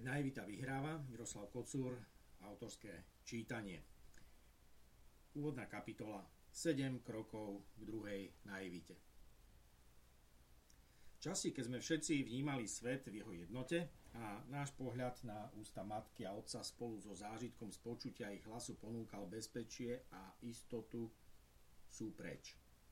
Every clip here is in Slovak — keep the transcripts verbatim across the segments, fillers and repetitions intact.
Naivita vyhráva, Miroslav Kocúr, autorské čítanie. Úvodná kapitola sedem krokov k druhej naivite. Časy, keď sme všetci vnímali svet v jeho jednote a náš pohľad na ústa matky a otca spolu so zážitkom z počutia ich hlasu ponúkal bezpečie a istotu, sú preč.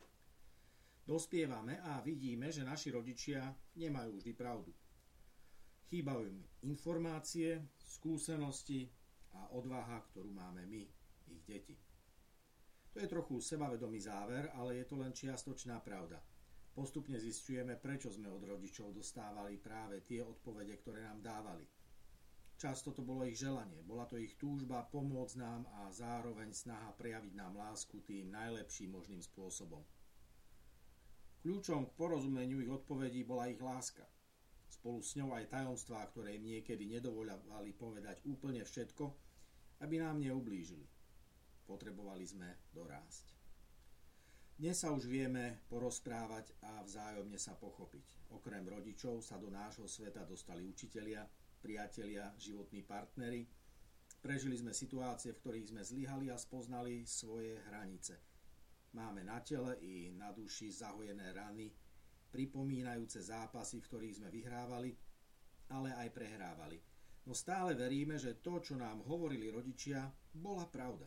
Dospievame a vidíme, že naši rodičia nemajú vždy pravdu. Chýbajú im informácie, skúsenosti a odvaha, ktorú máme my, ich deti. To je trochu sebavedomý záver, ale je to len čiastočná pravda. Postupne zisťujeme, prečo sme od rodičov dostávali práve tie odpovede, ktoré nám dávali. Často to bolo ich želanie, bola to ich túžba pomôcť nám a zároveň snaha prejaviť nám lásku tým najlepším možným spôsobom. Kľúčom k porozumeniu ich odpovedí bola ich láska. Spolu s ňou aj tajomstvá, ktoré im niekedy nedovoľovali povedať úplne všetko, aby nám neublížili. Potrebovali sme dorásť. Dnes sa už vieme porozprávať a vzájomne sa pochopiť. Okrem rodičov sa do nášho sveta dostali učitelia, priatelia, životní partneri. Prežili sme situácie, v ktorých sme zlyhali a spoznali svoje hranice. Máme na tele i na duši zahojené rany, pripomínajúce zápasy, v ktorých sme vyhrávali, ale aj prehrávali. No stále veríme, že to, čo nám hovorili rodičia, bola pravda.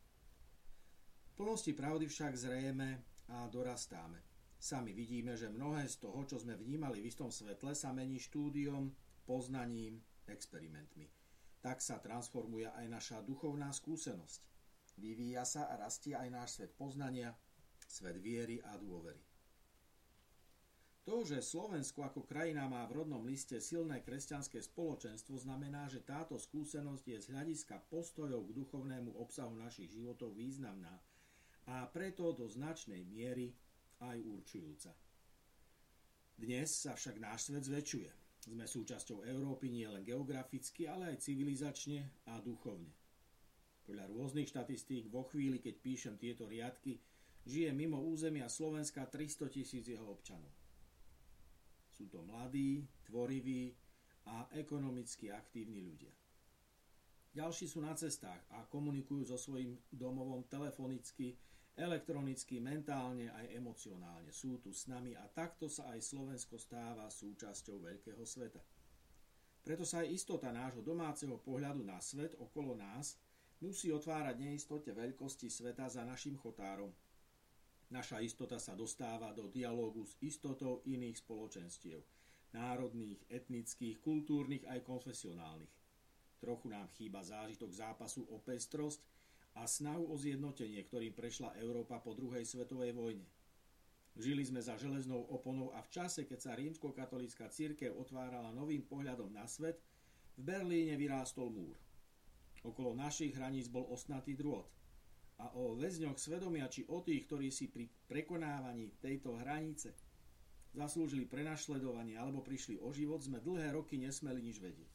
V plnosti pravdy však zrejeme a dorastáme. Sami vidíme, že mnohé z toho, čo sme vnímali v istom svetle, sa mení štúdiom, poznaním, experimentmi. Tak sa transformuje aj naša duchovná skúsenosť. Vyvíja sa a rastie aj náš svet poznania, svet viery a dôvery. To, že Slovensko ako krajina má v rodnom liste silné kresťanské spoločenstvo, znamená, že táto skúsenosť je z hľadiska postojov k duchovnému obsahu našich životov významná a preto do značnej miery aj určujúca. Dnes sa však náš svet zväčšuje. Sme súčasťou Európy nie len geograficky, ale aj civilizačne a duchovne. Podľa rôznych štatistík vo chvíli, keď píšem tieto riadky, žije mimo územia Slovenska tristotisíc jeho občanov. Sú to mladí, tvoriví a ekonomicky aktívni ľudia. Ďalší sú na cestách a komunikujú so svojím domovom telefonicky, elektronicky, mentálne aj emocionálne. Sú tu s nami a takto sa aj Slovensko stáva súčasťou veľkého sveta. Preto sa aj istota nášho domáceho pohľadu na svet okolo nás musí otvárať neistote veľkosti sveta za našim chotárom. Naša istota sa dostáva do dialógu s istotou iných spoločenstiev, národných, etnických, kultúrnych aj konfesionálnych. Trochu nám chýba zážitok zápasu o pestrosť a snahu o zjednotenie, ktorým prešla Európa po druhej svetovej vojne. Žili sme za železnou oponou a v čase, keď sa rímskokatolícka cirkev otvárala novým pohľadom na svet, v Berlíne vyrástol múr. Okolo našich hraníc bol ostnatý drôt. A o väzňoch svedomia, či o tých, ktorí si pri prekonávaní tejto hranice zaslúžili prenasledovanie alebo prišli o život, sme dlhé roky nesmeli nič vedieť.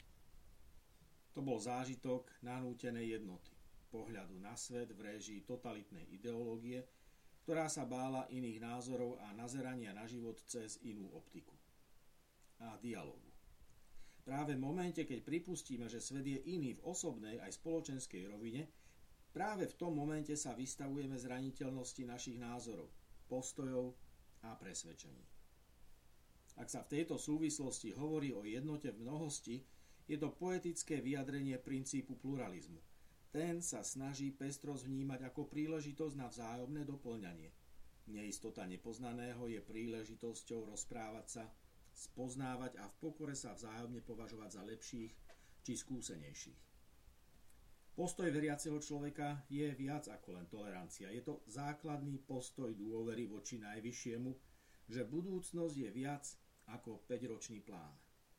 To bol zážitok nanútenej jednoty, pohľadu na svet v réžii totalitnej ideológie, ktorá sa bála iných názorov a nazerania na život cez inú optiku. A dialógu. Práve v momente, keď pripustíme, že svet je iný v osobnej aj spoločenskej rovine, práve v tom momente sa vystavujeme zraniteľnosti našich názorov, postojov a presvedčení. Ak sa v tejto súvislosti hovorí o jednote v mnohosti, je to poetické vyjadrenie princípu pluralizmu. Ten sa snaží pestrosť vnímať ako príležitosť na vzájomné doplňanie. Neistota nepoznaného je príležitosťou rozprávať sa, spoznávať a v pokore sa vzájomne považovať za lepších či skúsenejších. Postoj veriaceho človeka je viac ako len tolerancia. Je to základný postoj dôvery voči najvyššiemu, že budúcnosť je viac ako päťročný plán.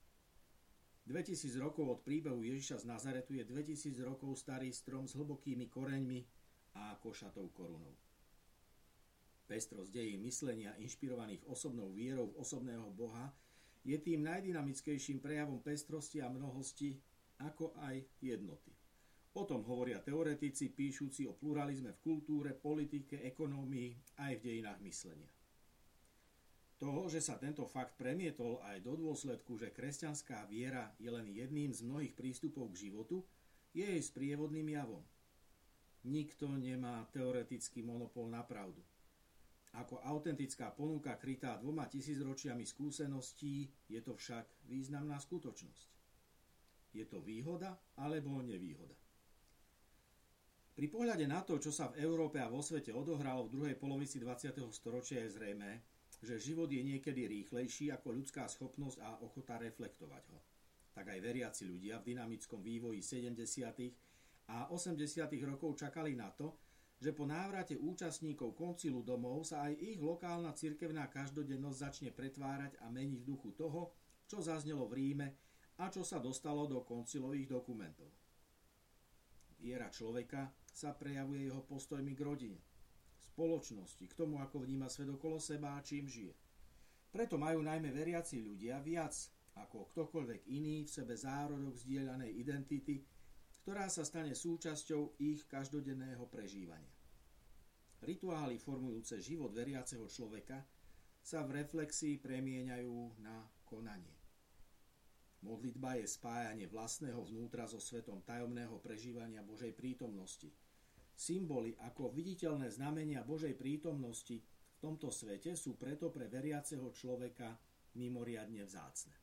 dvetisíc rokov od príbehu Ježiša z Nazaretu je dvetisíc rokov starý strom s hlbokými koreňmi a košatou korunou. Pestrosť dejín myslenia inšpirovaných osobnou vierou v osobného Boha je tým najdynamickejším prejavom pestrosti a mnohosti, ako aj jednoty. O tom hovoria teoretici, píšuci o pluralizme v kultúre, politike, ekonómii aj v dejinách myslenia. To, že sa tento fakt premietol aj do dôsledku, že kresťanská viera je len jedným z mnohých prístupov k životu, je jej sprievodným javom. Nikto nemá teoretický monopol na pravdu. Ako autentická ponuka krytá dvoma tisícročiami skúseností je to však významná skutočnosť. Je to výhoda alebo nevýhoda? Pri pohľade na to, čo sa v Európe a vo svete odohralo v druhej polovici dvadsiateho storočia, je zrejmé, že život je niekedy rýchlejší ako ľudská schopnosť a ochota reflektovať ho. Tak aj veriaci ľudia v dynamickom vývoji sedemdesiatych a osemdesiatych rokov čakali na to, že po návrate účastníkov koncilu domov sa aj ich lokálna cirkevná každodennosť začne pretvárať a meniť v duchu toho, čo zaznelo v Ríme a čo sa dostalo do koncilových dokumentov. Viera človeka sa prejavuje jeho postojmi k rodine, spoločnosti, k tomu, ako vníma svet okolo seba a čím žije. Preto majú najmä veriaci ľudia viac ako ktokoľvek iný v sebe zárodok zdieľanej identity, ktorá sa stane súčasťou ich každodenného prežívania. Rituály formujúce život veriaceho človeka sa v reflexii premieňajú na konanie. Modlitba je spájanie vlastného vnútra so svetom tajomného prežívania Božej prítomnosti. Symboly ako viditeľné znamenia Božej prítomnosti v tomto svete sú preto pre veriaceho človeka mimoriadne vzácne.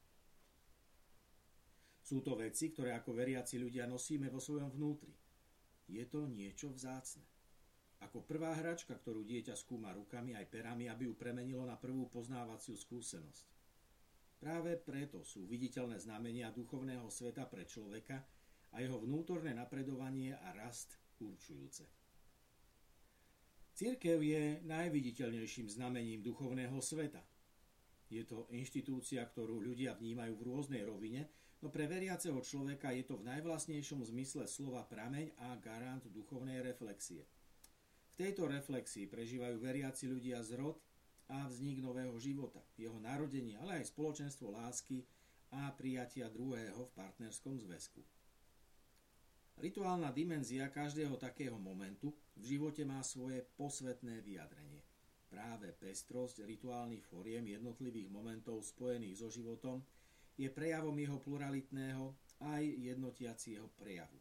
Sú to veci, ktoré ako veriaci ľudia nosíme vo svojom vnútri. Je to niečo vzácne. Ako prvá hračka, ktorú dieťa skúma rukami aj perami, aby ju premenilo na prvú poznávaciu skúsenosť. Práve preto sú viditeľné znamenia duchovného sveta pre človeka a jeho vnútorné napredovanie a rast určujúce. Cirkev je najviditeľnejším znamením duchovného sveta. Je to inštitúcia, ktorú ľudia vnímajú v rôznej rovine, no pre veriaceho človeka je to v najvlastnejšom zmysle slova prameň a garant duchovnej reflexie. V tejto reflexii prežívajú veriaci ľudia zrod a vznik nového života, jeho narodenie, ale aj spoločenstvo lásky a prijatia druhého v partnerskom zväzku. Rituálna dimenzia každého takého momentu v živote má svoje posvetné vyjadrenie. Práve pestrosť rituálnych foriem jednotlivých momentov spojených so životom je prejavom jeho pluralitného aj jednotiacieho prejavu.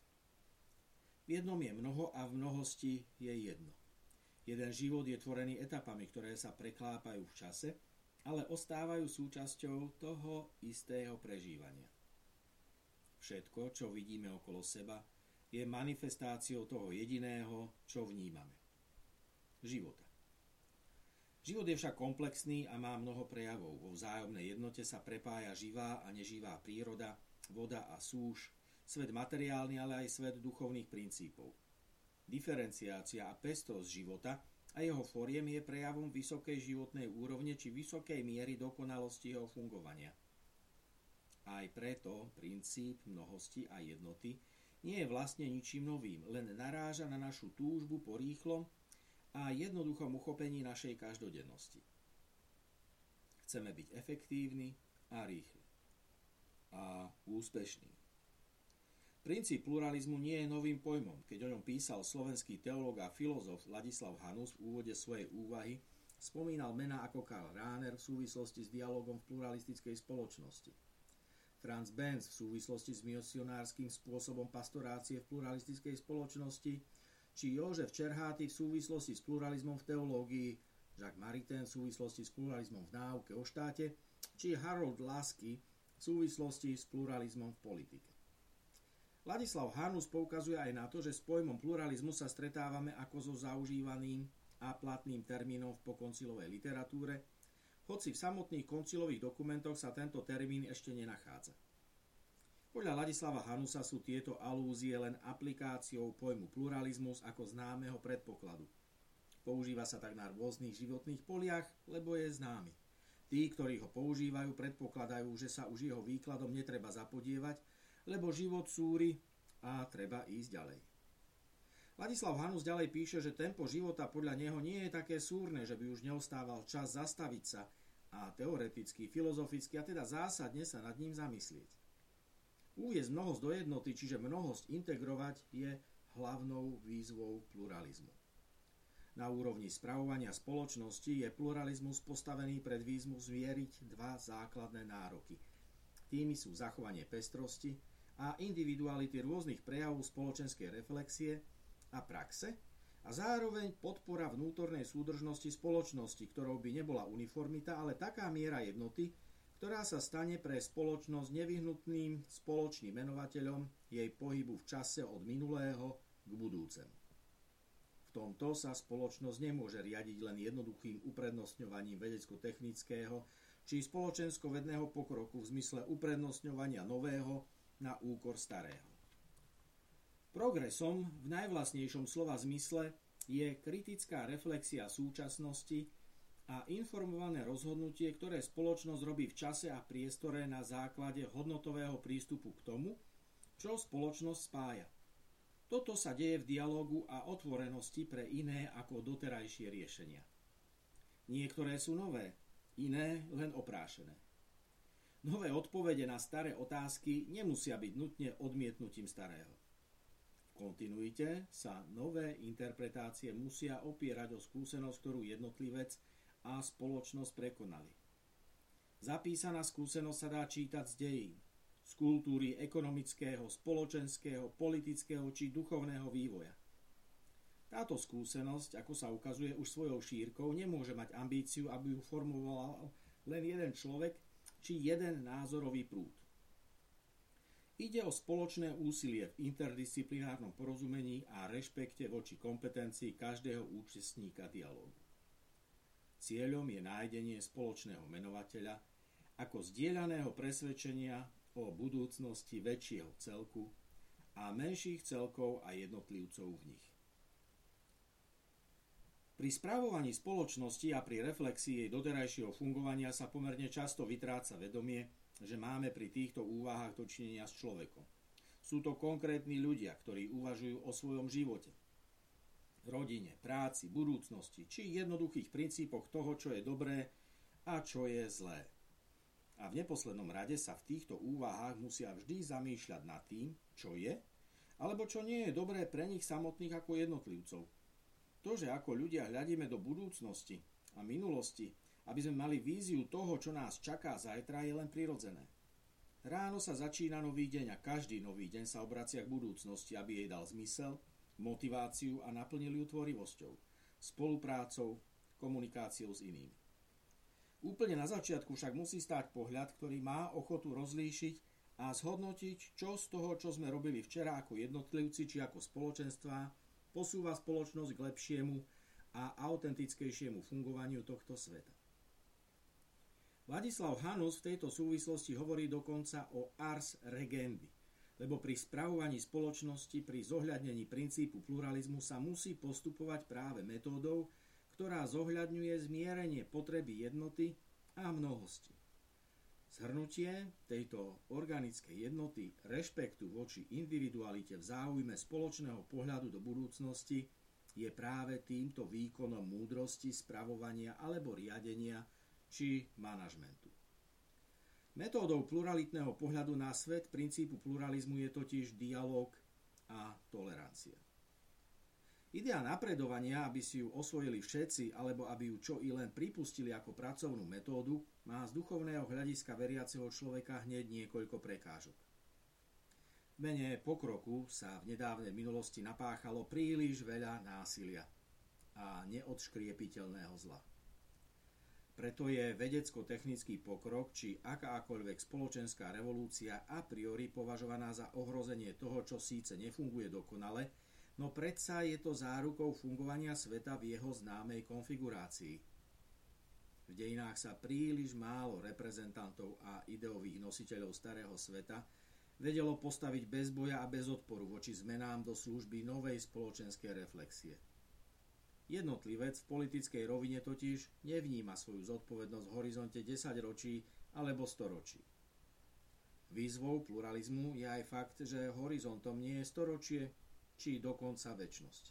V jednom je mnoho a v mnohosti je jedno. Jeden život je tvorený etapami, ktoré sa preklápajú v čase, ale ostávajú súčasťou toho istého prežívania. Všetko, čo vidíme okolo seba, je manifestáciou toho jediného, čo vnímame. Života. Život je však komplexný a má mnoho prejavov. Vo vzájomnej jednote sa prepája živá a neživá príroda, voda a súš, svet materiálny, ale aj svet duchovných princípov. Diferenciácia a pestrosť života a jeho foriem je prejavom vysokej životnej úrovne či vysokej miery dokonalosti jeho fungovania. Aj preto princíp mnohosti a jednoty nie je vlastne ničím novým, len naráža na našu túžbu po rýchlom a jednoduchom uchopení našej každodennosti. Chceme byť efektívni a rýchli. A úspešní. Princíp pluralizmu nie je novým pojmom. Keď o ňom písal slovenský teológ a filozof Ladislav Hanus v úvode svojej úvahy, spomínal mená ako Karl Rahner v súvislosti s dialogom v pluralistickej spoločnosti, Franz Benz v súvislosti s misionárskym spôsobom pastorácie v pluralistickej spoločnosti, či Jožef Čerháty v súvislosti s pluralizmom v teológii, Jacques Maritain v súvislosti s pluralizmom v náuke o štáte, či Harold Lasky v súvislosti s pluralizmom v politike. Ladislav Hanus poukazuje aj na to, že s pojmom pluralizmu sa stretávame ako so zaužívaným a platným termínom v pokoncilovej literatúre, hoci v samotných koncilových dokumentoch sa tento termín ešte nenachádza. Podľa Ladislava Hanusa sú tieto alúzie len aplikáciou pojmu pluralizmus ako známeho predpokladu. Používa sa tak na rôznych životných poliach, lebo je známy. Tí, ktorí ho používajú, predpokladajú, že sa už jeho výkladom netreba zapodievať, lebo život súri a treba ísť ďalej. Ladislav Hanus ďalej píše, že tempo života podľa neho nie je také súrne, že by už neostával čas zastaviť sa a teoreticky, filozoficky a teda zásadne sa nad ním zamyslieť. Uviesť mnohosť do jednoty, čiže mnohosť integrovať, je hlavnou výzvou pluralizmu. Na úrovni spravovania spoločnosti je pluralizmus postavený pred výzvu zmieriť dva základné nároky. Tými sú zachovanie pestrosti a individuality rôznych prejavov spoločenskej reflexie a praxe a zároveň podpora vnútornej súdržnosti spoločnosti, ktorou by nebola uniformita, ale taká miera jednoty, ktorá sa stane pre spoločnosť nevyhnutným spoločným menovateľom jej pohybu v čase od minulého k budúcemu. V tomto sa spoločnosť nemôže riadiť len jednoduchým uprednostňovaním vedecko-technického či spoločensko-vedného pokroku v zmysle uprednostňovania nového na úkor starého. Progresom v najvlastnejšom slova zmysle je kritická reflexia súčasnosti a informované rozhodnutie, ktoré spoločnosť robí v čase a priestore na základe hodnotového prístupu k tomu, čo spoločnosť spája. Toto sa deje v dialógu a otvorenosti pre iné ako doterajšie riešenia. Niektoré sú nové, iné len oprášené. Nové odpovede na staré otázky nemusia byť nutne odmietnutím starého. V kontinuite sa nové interpretácie musia opierať o skúsenosť, ktorú jednotlivec a spoločnosť prekonali. Zapísaná skúsenosť sa dá čítať z dejín, z kultúry ekonomického, spoločenského, politického či duchovného vývoja. Táto skúsenosť, ako sa ukazuje už svojou šírkou, nemôže mať ambíciu, aby ju formoval len jeden človek či jeden názorový prúd. Ide o spoločné úsilie v interdisciplinárnom porozumení a rešpekte voči kompetencii každého účastníka dialógu. Cieľom je nájdenie spoločného menovateľa ako zdieľaného presvedčenia o budúcnosti väčšieho celku a menších celkov a jednotlivcov v nich. Pri správovaní spoločnosti a pri reflexii jej doterajšieho fungovania sa pomerne často vytráca vedomie, že máme pri týchto úvahách dočinenia s človekom. Sú to konkrétni ľudia, ktorí uvažujú o svojom živote, rodine, práci, budúcnosti či jednoduchých princípoch toho, čo je dobré a čo je zlé. A v neposlednom rade sa v týchto úvahách musia vždy zamýšľať nad tým, čo je, alebo čo nie je dobré pre nich samotných ako jednotlivcov. To, že ako ľudia hľadíme do budúcnosti a minulosti, aby sme mali víziu toho, čo nás čaká zajtra, je len prirodzené. Ráno sa začína nový deň a každý nový deň sa obracia k budúcnosti, aby jej dal zmysel, motiváciu a naplnil ju tvorivosťou, spoluprácou, komunikáciou s inými. Úplne na začiatku však musí stáť pohľad, ktorý má ochotu rozlíšiť a zhodnotiť, čo z toho, čo sme robili včera ako jednotlivci či ako spoločenstvá, posúva spoločnosť k lepšiemu a autentickejšiemu fungovaniu tohto sveta. Vladislav Hanus v tejto súvislosti hovorí dokonca o ars regendi, lebo pri spravovaní spoločnosti, pri zohľadnení princípu pluralizmu sa musí postupovať práve metódou, ktorá zohľadňuje zmierenie potreby jednoty a mnohosti. Zhrnutie tejto organickej jednoty, rešpektu voči individualite v záujme spoločného pohľadu do budúcnosti je práve týmto výkonom múdrosti, spravovania alebo riadenia či manažmentu. Metódou pluralitného pohľadu na svet princípu pluralizmu je totiž dialóg a tolerancia. Idea napredovania, aby si ju osvojili všetci, alebo aby ju čo i len pripustili ako pracovnú metódu, má z duchovného hľadiska veriaceho človeka hneď niekoľko prekážok. V mene pokroku sa v nedávnej minulosti napáchalo príliš veľa násilia a neodškriepiteľného zla. Preto je vedecko-technický pokrok či akákoľvek spoločenská revolúcia a priori považovaná za ohrozenie toho, čo síce nefunguje dokonale, no predsa je to zárukou fungovania sveta v jeho známej konfigurácii. V dejinách sa príliš málo reprezentantov a ideových nositeľov starého sveta vedelo postaviť bez boja a bez odporu voči zmenám do služby novej spoločenskej reflexie. Jednotlivec v politickej rovine totiž nevníma svoju zodpovednosť v horizonte desaťročí alebo storočí. Výzvou pluralizmu je aj fakt, že horizontom nie je storočie, či dokonca večnosť.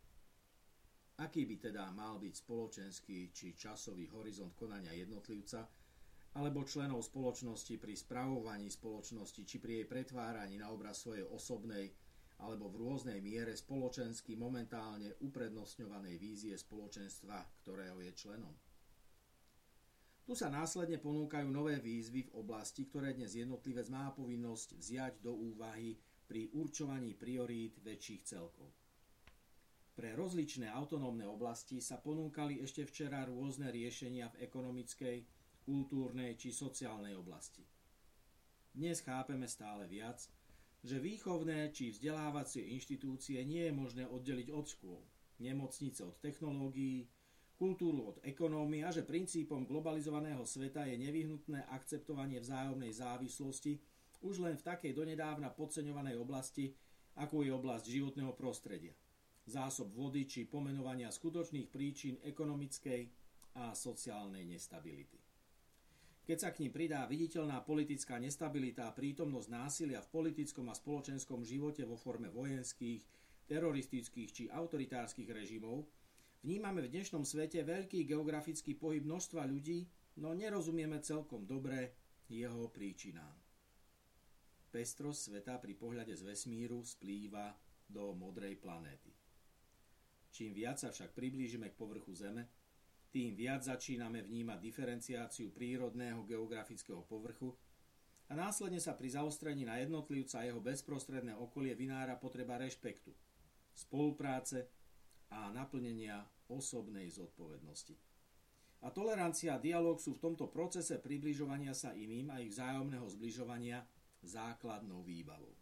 Aký by teda mal byť spoločenský či časový horizont konania jednotlivca alebo členov spoločnosti pri spravovaní spoločnosti či pri jej pretváraní na obraz svojej osobnej alebo v rôznej miere spoločensky momentálne uprednostňovanej vízie spoločenstva, ktorého je členom. Tu sa následne ponúkajú nové výzvy v oblasti, ktoré dnes jednotlivec má povinnosť vziať do úvahy pri určovaní priorít väčších celkov. Pre rozličné autonómne oblasti sa ponúkali ešte včera rôzne riešenia v ekonomickej, kultúrnej či sociálnej oblasti. Dnes chápeme stále viac, že výchovné či vzdelávacie inštitúcie nie je možné oddeliť od škôl, nemocnice od technológií, kultúru od ekonómie a že princípom globalizovaného sveta je nevyhnutné akceptovanie vzájomnej závislosti už len v takej donedávna podceňovanej oblasti, ako je oblasť životného prostredia, zásob vody či pomenovania skutočných príčin ekonomickej a sociálnej nestability. Keď sa k ním pridá viditeľná politická nestabilita a prítomnosť násilia v politickom a spoločenskom živote vo forme vojenských, teroristických či autoritárskych režimov, vnímame v dnešnom svete veľký geografický pohyb množstva ľudí, no nerozumieme celkom dobre jeho príčinám. Pestrosť sveta pri pohľade z vesmíru splýva do modrej planéty. Čím viac sa však priblížime k povrchu Zeme, tým viac začíname vnímať diferenciáciu prírodného geografického povrchu a následne sa pri zaostrení na jednotlivca a jeho bezprostredné okolie vynára potreba rešpektu, spolupráce a naplnenia osobnej zodpovednosti. A tolerancia a dialóg sú v tomto procese približovania sa iným a ich vzájomného zbližovania základnou výbavou.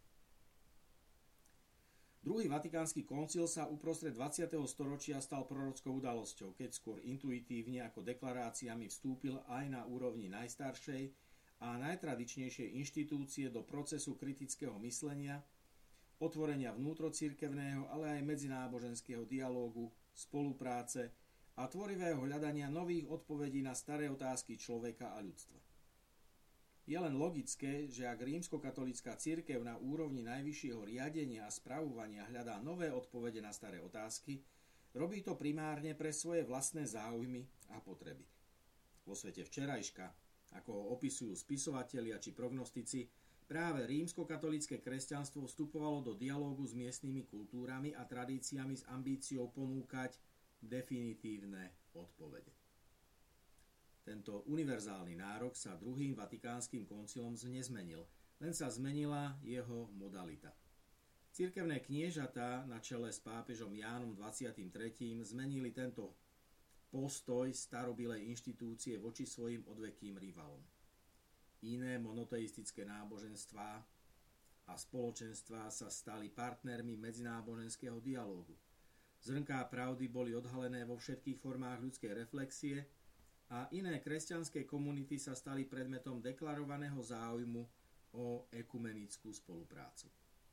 Druhý vatikánsky koncil sa uprostred dvadsiateho storočia stal prorockou udalosťou, keď skôr intuitívne ako deklaráciami vstúpil aj na úrovni najstaršej a najtradičnejšej inštitúcie do procesu kritického myslenia, otvorenia vnútrocirkevného, ale aj medzináboženského dialógu, spolupráce a tvorivého hľadania nových odpovedí na staré otázky človeka a ľudstva. Je len logické, že ak rímskokatolícka cirkev na úrovni najvyššieho riadenia a spravovania hľadá nové odpovede na staré otázky, robí to primárne pre svoje vlastné záujmy a potreby. Vo svete včerajška, ako ho opisujú spisovatelia či prognostici, práve rímskokatolícke kresťanstvo vstupovalo do dialógu s miestnymi kultúrami a tradíciami s ambíciou ponúkať definitívne odpovede. Tento univerzálny nárok sa druhým vatikánskym koncilom nezmenil, len sa zmenila jeho modalita. Cirkevné kniežatá na čele s pápežom Jánom dvadsiatym tretím zmenili tento postoj starobilej inštitúcie voči svojim odvekým rivalom. Iné monoteistické náboženstvá a spoločenstvá sa stali partnermi medzináboženského dialógu. Zrnká pravdy boli odhalené vo všetkých formách ľudskej reflexie a iné kresťanské komunity sa stali predmetom deklarovaného záujmu o ekumenickú spoluprácu.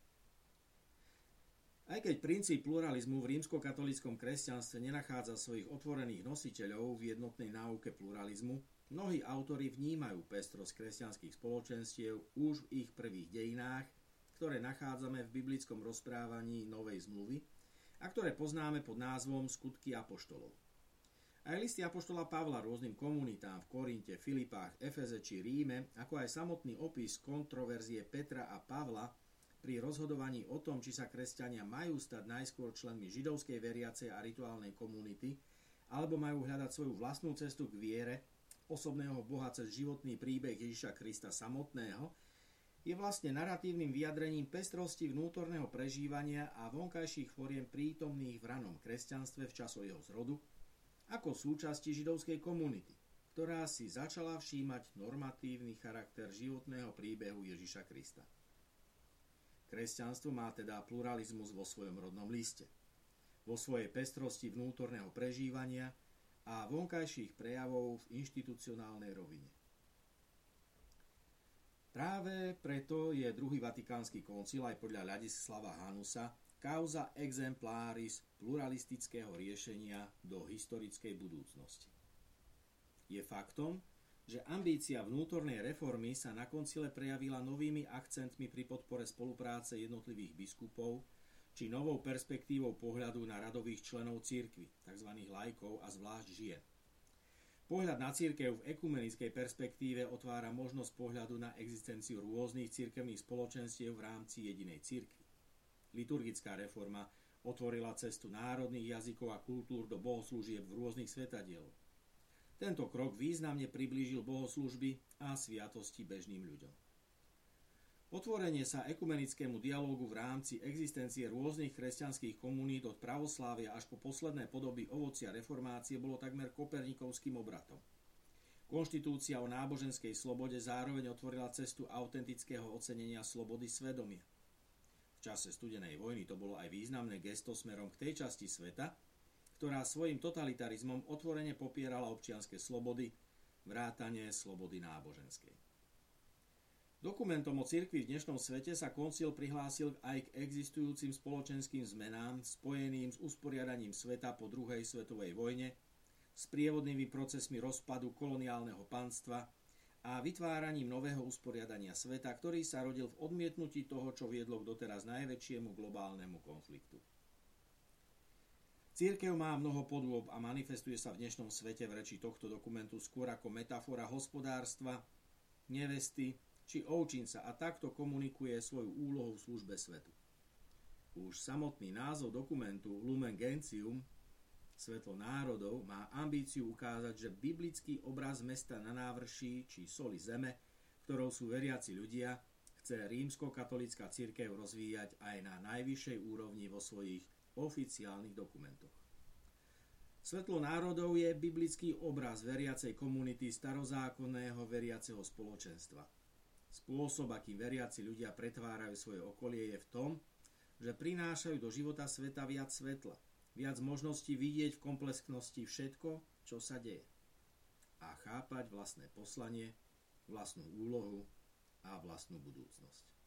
Aj keď princíp pluralizmu v rímskokatolíckom kresťanstve nenachádza svojich otvorených nositeľov v jednotnej náuke pluralizmu, mnohí autori vnímajú pestrosť kresťanských spoločenstiev už v ich prvých dejinách, ktoré nachádzame v biblickom rozprávaní Novej zmluvy a ktoré poznáme pod názvom Skutky apoštolov. Aj listy apoštola Pavla rôznym komunitám v Korinte, Filipách, Efeze či Ríme, ako aj samotný opis kontroverzie Petra a Pavla pri rozhodovaní o tom, či sa kresťania majú stať najskôr členmi židovskej veriacej a rituálnej komunity, alebo majú hľadať svoju vlastnú cestu k viere, osobného Boha cez životný príbeh Ježiša Krista samotného, je vlastne naratívnym vyjadrením pestrosti vnútorného prežívania a vonkajších foriem prítomných v ranom kresťanstve v času jeho zrodu, ako súčasti židovskej komunity, ktorá si začala všímať normatívny charakter životného príbehu Ježiša Krista. Kresťanstvo má teda pluralizmus vo svojom rodnom liste, vo svojej pestrosti vnútorného prežívania a vonkajších prejavov v inštitucionálnej rovine. Práve preto je druhý vatikánsky koncil aj podľa Ladislava Hanusa causa exemplaris pluralistického riešenia do historickej budúcnosti. Je faktom, že ambícia vnútornej reformy sa na koncile prejavila novými akcentmi pri podpore spolupráce jednotlivých biskupov či novou perspektívou pohľadu na radových členov cirkvi, tzv. Laikov a zvlášť žien. Pohľad na cirkev v ekumenickej perspektíve otvára možnosť pohľadu na existenciu rôznych cirkevných spoločenstiev v rámci jedinej cirkvi. Liturgická reforma otvorila cestu národných jazykov a kultúr do bohoslúžieb v rôznych svetadieloch. Tento krok významne priblížil bohoslúžby a sviatosti bežným ľuďom. Otvorenie sa ekumenickému dialógu v rámci existencie rôznych kresťanských komunít od pravoslávia až po posledné podoby ovocia reformácie bolo takmer kopernikovským obratom. Konštitúcia o náboženskej slobode zároveň otvorila cestu autentického ocenenia slobody svedomia. V čase studenej vojny to bolo aj významné gesto smerom k tej časti sveta, ktorá svojim totalitarizmom otvorene popierala občianske slobody, vrátane slobody náboženskej. Dokumentom o cirkvi v dnešnom svete sa koncil prihlásil aj k existujúcim spoločenským zmenám spojeným s usporiadaním sveta po druhej svetovej vojne, s prievodnými procesmi rozpadu koloniálneho panstva a vytváraním nového usporiadania sveta, ktorý sa rodil v odmietnutí toho, čo viedlo k doteraz najväčšiemu globálnemu konfliktu. Cirkev má mnoho podôb a manifestuje sa v dnešnom svete v reči tohto dokumentu skôr ako metafora hospodárstva, nevesty či ovčinca a takto komunikuje svoju úlohu v službe svetu. Už samotný názov dokumentu Lumen Gentium, svetlo národov, má ambíciu ukázať, že biblický obraz mesta na návrší či soli zeme, ktorou sú veriaci ľudia, chce rímskokatolícka cirkev rozvíjať aj na najvyššej úrovni vo svojich oficiálnych dokumentoch. Svetlo národov je biblický obraz veriacej komunity starozákonného veriaceho spoločenstva. Spôsob, akým veriaci ľudia pretvárajú svoje okolie, je v tom, že prinášajú do života sveta viac svetla, viac možností vidieť v komplexnosti všetko, čo sa deje a chápať vlastné poslanie, vlastnú úlohu a vlastnú budúcnosť.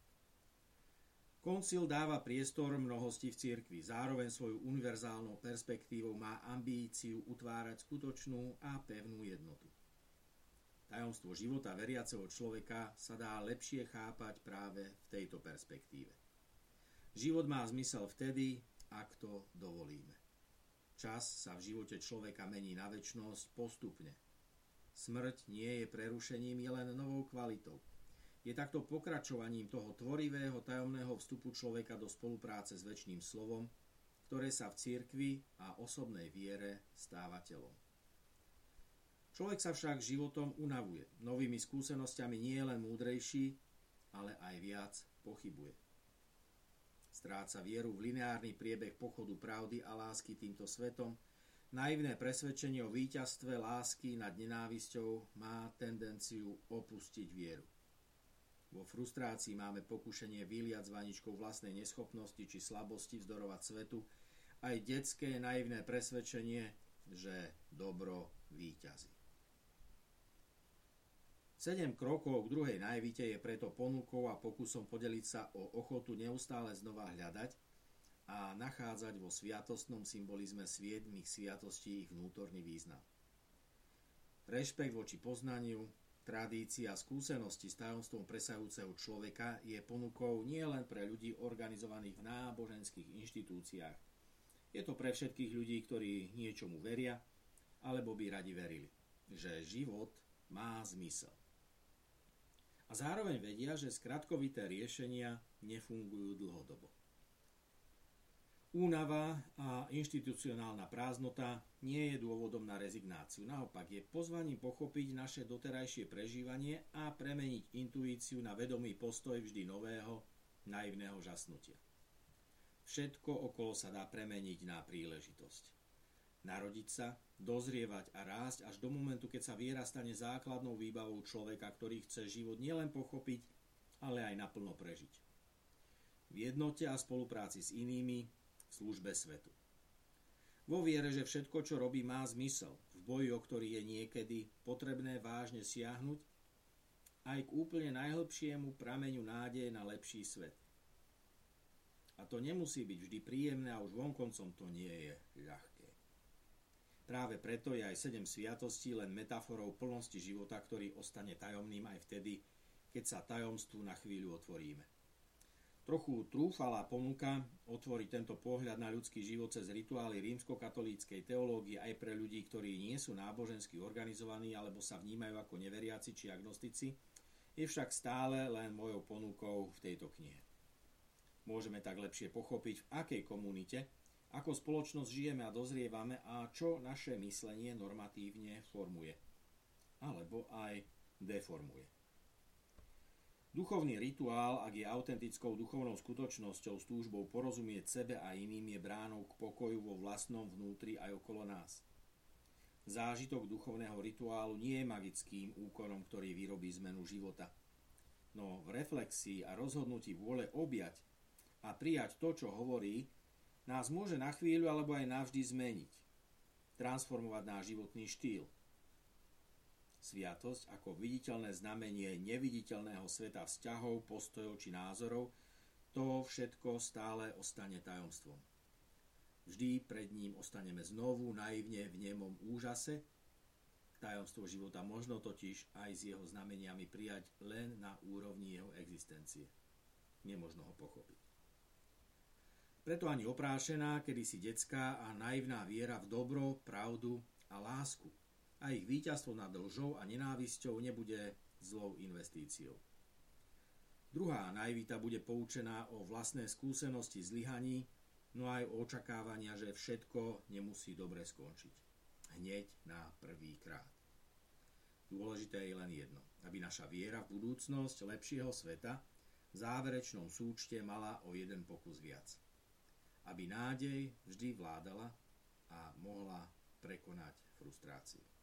Koncil dáva priestor mnohosti v cirkvi, zároveň svoju univerzálnou perspektívou má ambíciu utvárať skutočnú a pevnú jednotu. Tajomstvo života veriaceho človeka sa dá lepšie chápať práve v tejto perspektíve. Život má zmysel vtedy, ak to dovolíme. Čas sa v živote človeka mení na večnosť postupne. Smrť nie je prerušením, je len novou kvalitou. Je takto pokračovaním toho tvorivého tajomného vstupu človeka do spolupráce s večným slovom, ktoré sa v cirkvi a osobnej viere stáva telom. Človek sa však životom unavuje. Novými skúsenosťami nie je len múdrejší, ale aj viac pochybuje. Stráca vieru v lineárny priebeh pochodu pravdy a lásky týmto svetom. Naivné presvedčenie o víťazstve lásky nad nenávisťou má tendenciu opustiť vieru. Vo frustrácii máme pokušenie vyliať s vaničkou vlastnej neschopnosti či slabosti vzdorovať svetu, aj detské naivné presvedčenie, že dobro víťazí. Sedem krokov k druhej naivite je preto ponukou a pokusom podeliť sa o ochotu neustále znova hľadať a nachádzať vo sviatostnom symbolizme siedmich sviatostí ich vnútorný význam. Rešpekt voči poznaniu, tradícii a skúsenosti s tajomstvom presahujúceho človeka je ponukou nielen pre ľudí organizovaných v náboženských inštitúciách. Je to pre všetkých ľudí, ktorí niečomu veria, alebo by radi verili, že život má zmysel. A zároveň vedia, že skratkovité riešenia nefungujú dlhodobo. Únava a inštitucionálna prázdnota nie je dôvodom na rezignáciu. Naopak je pozvaním pochopiť naše doterajšie prežívanie a premeniť intuíciu na vedomý postoj vždy nového, naivného žasnutia. Všetko okolo sa dá premeniť na príležitosť. Narodiť sa, dozrievať a rásť až do momentu, keď sa viera stane základnou výbavou človeka, ktorý chce život nielen pochopiť, ale aj naplno prežiť. V jednote a spolupráci s inými, v službe svetu. Vo viere, že všetko, čo robí, má zmysel, v boji, o ktorý je niekedy potrebné vážne siahnuť, aj k úplne najhlbšiemu prameňu nádeje na lepší svet. A to nemusí byť vždy príjemné a už vonkoncom to nie je ľahké. Práve preto je aj sedem sviatostí len metaforou plnosti života, ktorý ostane tajomným aj vtedy, keď sa tajomstvu na chvíľu otvoríme. Trochu trúfalá ponuka otvoriť tento pohľad na ľudský život cez rituály rímskokatolíckej teológie aj pre ľudí, ktorí nie sú nábožensky organizovaní alebo sa vnímajú ako neveriaci či agnostici, je však stále len mojou ponukou v tejto knihe. Môžeme tak lepšie pochopiť, v akej komunite, ako spoločnosť žijeme a dozrievame a čo naše myslenie normatívne formuje, alebo aj deformuje. Duchovný rituál, ak je autentickou duchovnou skutočnosťou s túžbou porozumieť sebe a iným, je bránou k pokoju vo vlastnom vnútri aj okolo nás. Zážitok duchovného rituálu nie je magickým úkonom, ktorý vyrobí zmenu života. No v reflexii a rozhodnutí vôle objať a prijať to, čo hovorí, nás môže na chvíľu alebo aj navždy zmeniť. Transformovať náš životný štýl. Sviatosť ako viditeľné znamenie neviditeľného sveta vzťahov, postojov či názorov, to všetko stále ostane tajomstvom. Vždy pred ním ostaneme znovu naivne v nemom úžase. Tajomstvo života možno totiž aj s jeho znameniami prijať len na úrovni jeho existencie. Nemožno ho pochopiť. Preto ani oprášená, kedysi detská a naivná viera v dobro, pravdu a lásku a ich víťazstvo nad lžou a nenávisťou nebude zlou investíciou. Druhá naivita bude poučená o vlastné skúsenosti zlyhaní, no aj o očakávania, že všetko nemusí dobre skončiť. Hneď na prvý krát. Dôležité je len jedno, aby naša viera v budúcnosť lepšieho sveta v záverečnom súčte mala o jeden pokus viac. Aby nádej vždy vládala a mohla prekonať frustráciu.